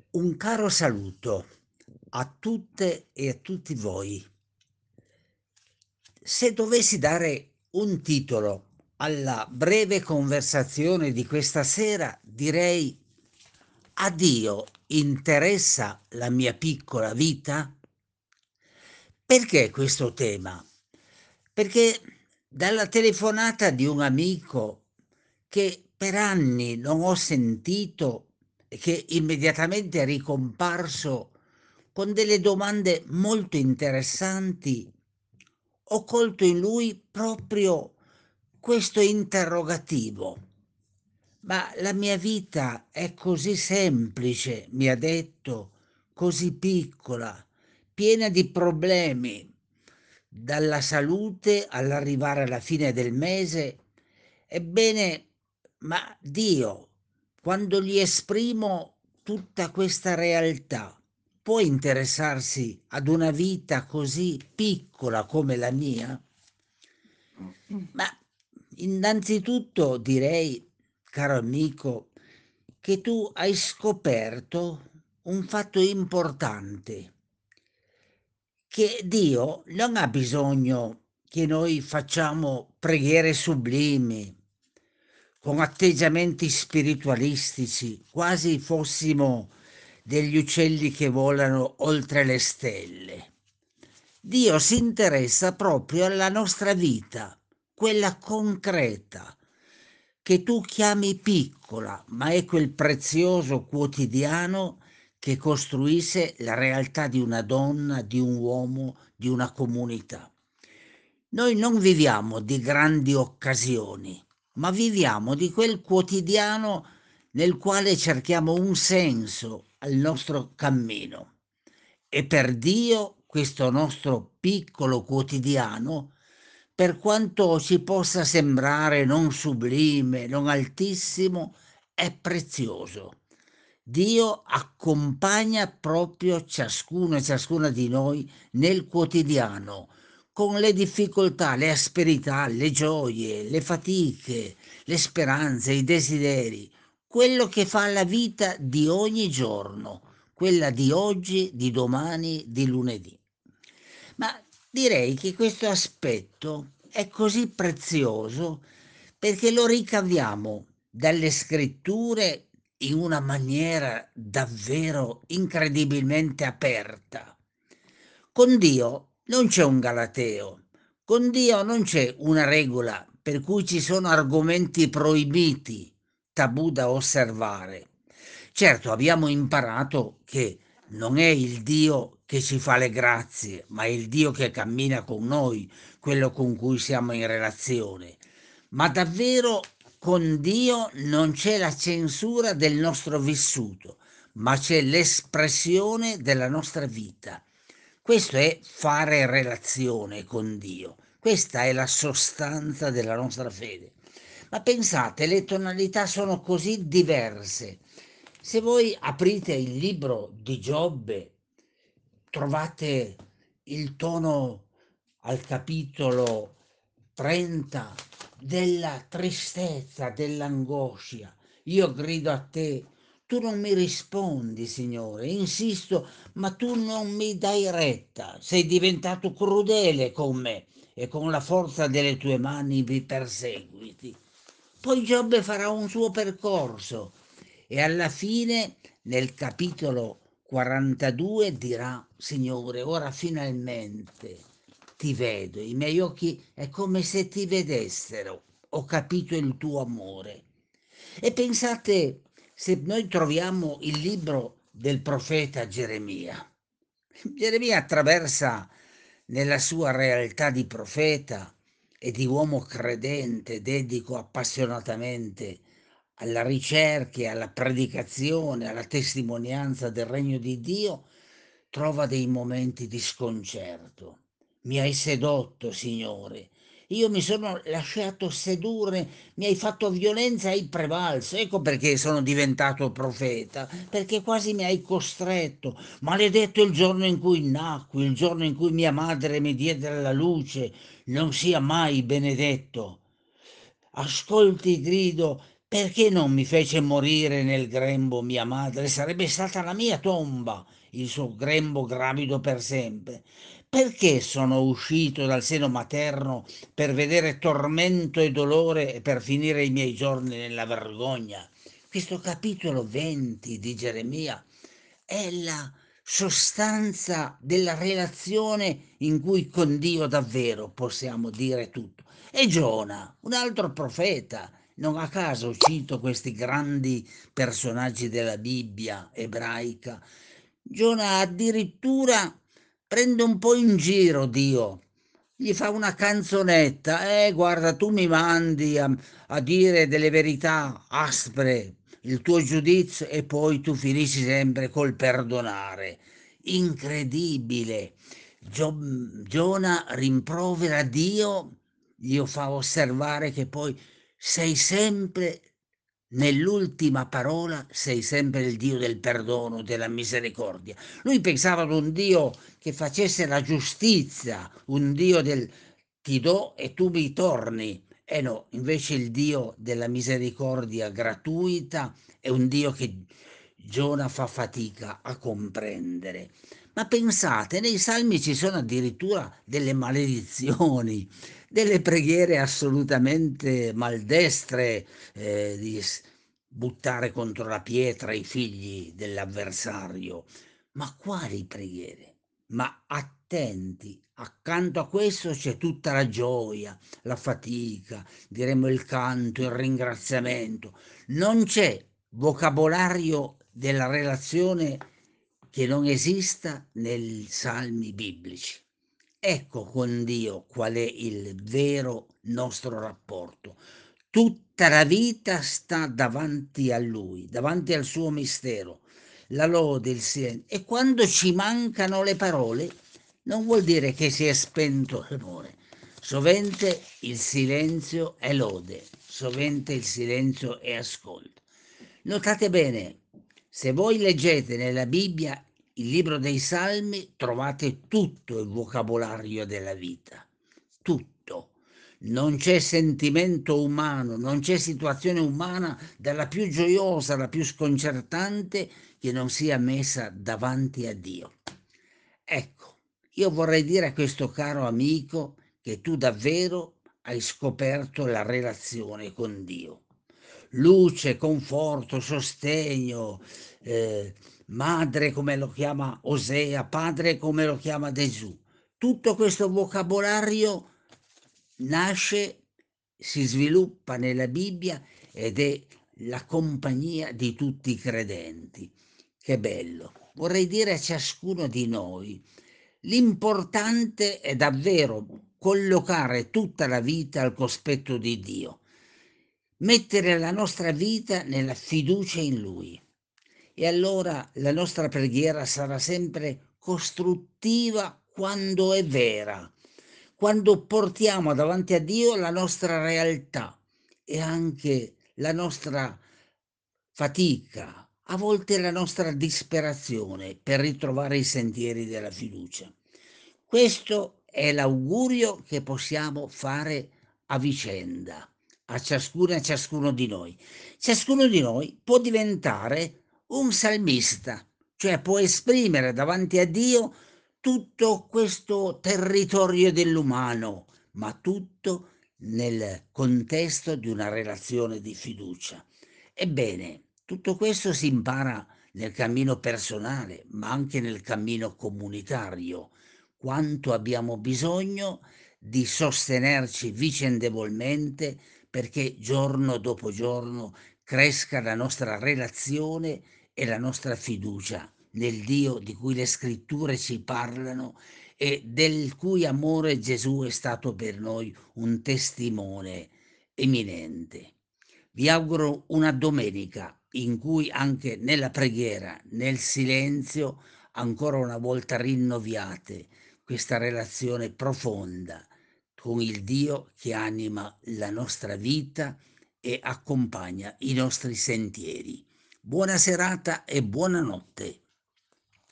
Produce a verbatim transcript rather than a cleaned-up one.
Un caro saluto a tutte e a tutti voi. Se dovessi dare un titolo alla breve conversazione di questa sera, direi: "A Dio interessa la mia piccola vita?" Perché questo tema? Perché dalla telefonata di un amico che per anni non ho sentito e che immediatamente è ricomparso con delle domande molto interessanti, ho colto in lui proprio questo interrogativo. "Ma la mia vita è così semplice", mi ha detto, "così piccola, piena di problemi, dalla salute all'arrivare alla fine del mese. Ebbene, ma Dio, quando gli esprimo tutta questa realtà, può interessarsi ad una vita così piccola come la mia?" Ma innanzitutto direi, caro amico, che tu hai scoperto un fatto importante, che Dio non ha bisogno che noi facciamo preghiere sublimi, con atteggiamenti spiritualistici, quasi fossimo degli uccelli che volano oltre le stelle. Dio si interessa proprio alla nostra vita, quella concreta, che tu chiami piccola, ma è quel prezioso quotidiano che costruisce la realtà di una donna, di un uomo, di una comunità. Noi non viviamo di grandi occasioni, ma viviamo di quel quotidiano nel quale cerchiamo un senso al nostro cammino. E per Dio questo nostro piccolo quotidiano, per quanto ci possa sembrare non sublime, non altissimo, è prezioso. Dio accompagna proprio ciascuno e ciascuna di noi nel quotidiano, con le difficoltà, le asperità, le gioie, le fatiche, le speranze, i desideri, quello che fa la vita di ogni giorno, quella di oggi, di domani, di lunedì. Ma direi che questo aspetto è così prezioso perché lo ricaviamo dalle scritture in una maniera davvero incredibilmente aperta. Con Dio non c'è un galateo, con Dio non c'è una regola per cui ci sono argomenti proibiti, tabù da osservare. Certo, abbiamo imparato che non è il Dio che ci fa le grazie, ma è il Dio che cammina con noi, quello con cui siamo in relazione. Ma davvero con Dio non c'è la censura del nostro vissuto, ma c'è l'espressione della nostra vita. Questo è fare relazione con Dio. Questa è la sostanza della nostra fede. Ma pensate, le tonalità sono così diverse. Se voi aprite il libro di Giobbe, trovate il tono al capitolo trenta della tristezza, dell'angoscia. Io grido a te, tu non mi rispondi, Signore, insisto, ma tu non mi dai retta. Sei diventato crudele con me e con la forza delle tue mani mi perseguiti. Poi Giobbe farà un suo percorso e alla fine, nel capitolo quarantadue, dirà: Signore, ora finalmente ti vedo, i miei occhi è come se ti vedessero, ho capito il tuo amore. E pensate, se noi troviamo il libro del profeta Geremia, Geremia attraversa nella sua realtà di profeta e di uomo credente, dedico appassionatamente alla ricerca e alla predicazione, alla testimonianza del regno di Dio, trova dei momenti di sconcerto. Mi hai sedotto, Signore. Io mi sono lasciato sedurre, mi hai fatto violenza e hai prevalso. Ecco perché sono diventato profeta, perché quasi mi hai costretto. Maledetto il giorno in cui nacqui, il giorno in cui mia madre mi diede alla luce, non sia mai benedetto. Ascolti, grido, Perché non mi fece morire nel grembo mia madre? Sarebbe stata la mia tomba, il suo grembo gravido per sempre. Perché sono uscito dal seno materno per vedere tormento e dolore e per finire i miei giorni nella vergogna? Questo capitolo venti di Geremia è la sostanza della relazione in cui con Dio davvero possiamo dire tutto. E Giona, un altro profeta, non a caso cito questi grandi personaggi della Bibbia ebraica. Giona addirittura prende un po' in giro Dio, gli fa una canzonetta, eh guarda tu mi mandi a, a dire delle verità aspre, il tuo giudizio e poi tu finisci sempre col perdonare. Incredibile. Gio- Giona rimprovera Dio, gli fa osservare che poi sei sempre, nell'ultima parola, sei sempre il Dio del perdono, della misericordia. Lui pensava ad un Dio che facesse la giustizia, un Dio del ti do e tu mi torni. E no, invece il Dio della misericordia gratuita è un Dio che Giona fa fatica a comprendere. Ma pensate, nei salmi ci sono addirittura delle maledizioni, delle preghiere assolutamente maldestre, eh, di s- buttare contro la pietra i figli dell'avversario. Ma quali preghiere? Ma attenti, accanto a questo c'è tutta la gioia, la fatica, diremo il canto, il ringraziamento. Non c'è vocabolario della relazione che non esista nei salmi biblici. Ecco con Dio qual è il vero nostro rapporto. Tutta la vita sta davanti a Lui, davanti al suo mistero, la lode, il silenzio. E quando ci mancano le parole, non vuol dire che si è spento l'amore. Sovente il silenzio è lode, sovente il silenzio è ascolto. Notate bene, se voi leggete nella Bibbia il libro dei Salmi, trovate tutto il vocabolario della vita, tutto. Non c'è sentimento umano, non c'è situazione umana, dalla più gioiosa alla più sconcertante, che non sia messa davanti a Dio. Ecco, io vorrei dire a questo caro amico che tu davvero hai scoperto la relazione con Dio. Luce, conforto, sostegno, eh, madre come lo chiama Osea, padre come lo chiama Gesù. Tutto questo vocabolario nasce, si sviluppa nella Bibbia ed è la compagnia di tutti i credenti. Che bello. Vorrei dire a ciascuno di noi, l'importante è davvero collocare tutta la vita al cospetto di Dio, mettere la nostra vita nella fiducia in Lui. E allora la nostra preghiera sarà sempre costruttiva quando è vera, quando portiamo davanti a Dio la nostra realtà e anche la nostra fatica, a volte la nostra disperazione per ritrovare i sentieri della fiducia. Questo è l'augurio che possiamo fare a vicenda, a ciascuno e a ciascuno di noi. Ciascuno di noi può diventare un salmista, cioè può esprimere davanti a Dio tutto questo territorio dell'umano, ma tutto nel contesto di una relazione di fiducia. Ebbene, tutto questo si impara nel cammino personale, ma anche nel cammino comunitario. Quanto abbiamo bisogno di sostenerci vicendevolmente perché giorno dopo giorno cresca la nostra relazione e la nostra fiducia nel Dio di cui le scritture ci parlano e del cui amore Gesù è stato per noi un testimone eminente. Vi auguro una domenica in cui anche nella preghiera, nel silenzio, ancora una volta rinnoviate questa relazione profonda con il Dio che anima la nostra vita e accompagna i nostri sentieri. Buona serata e buonanotte.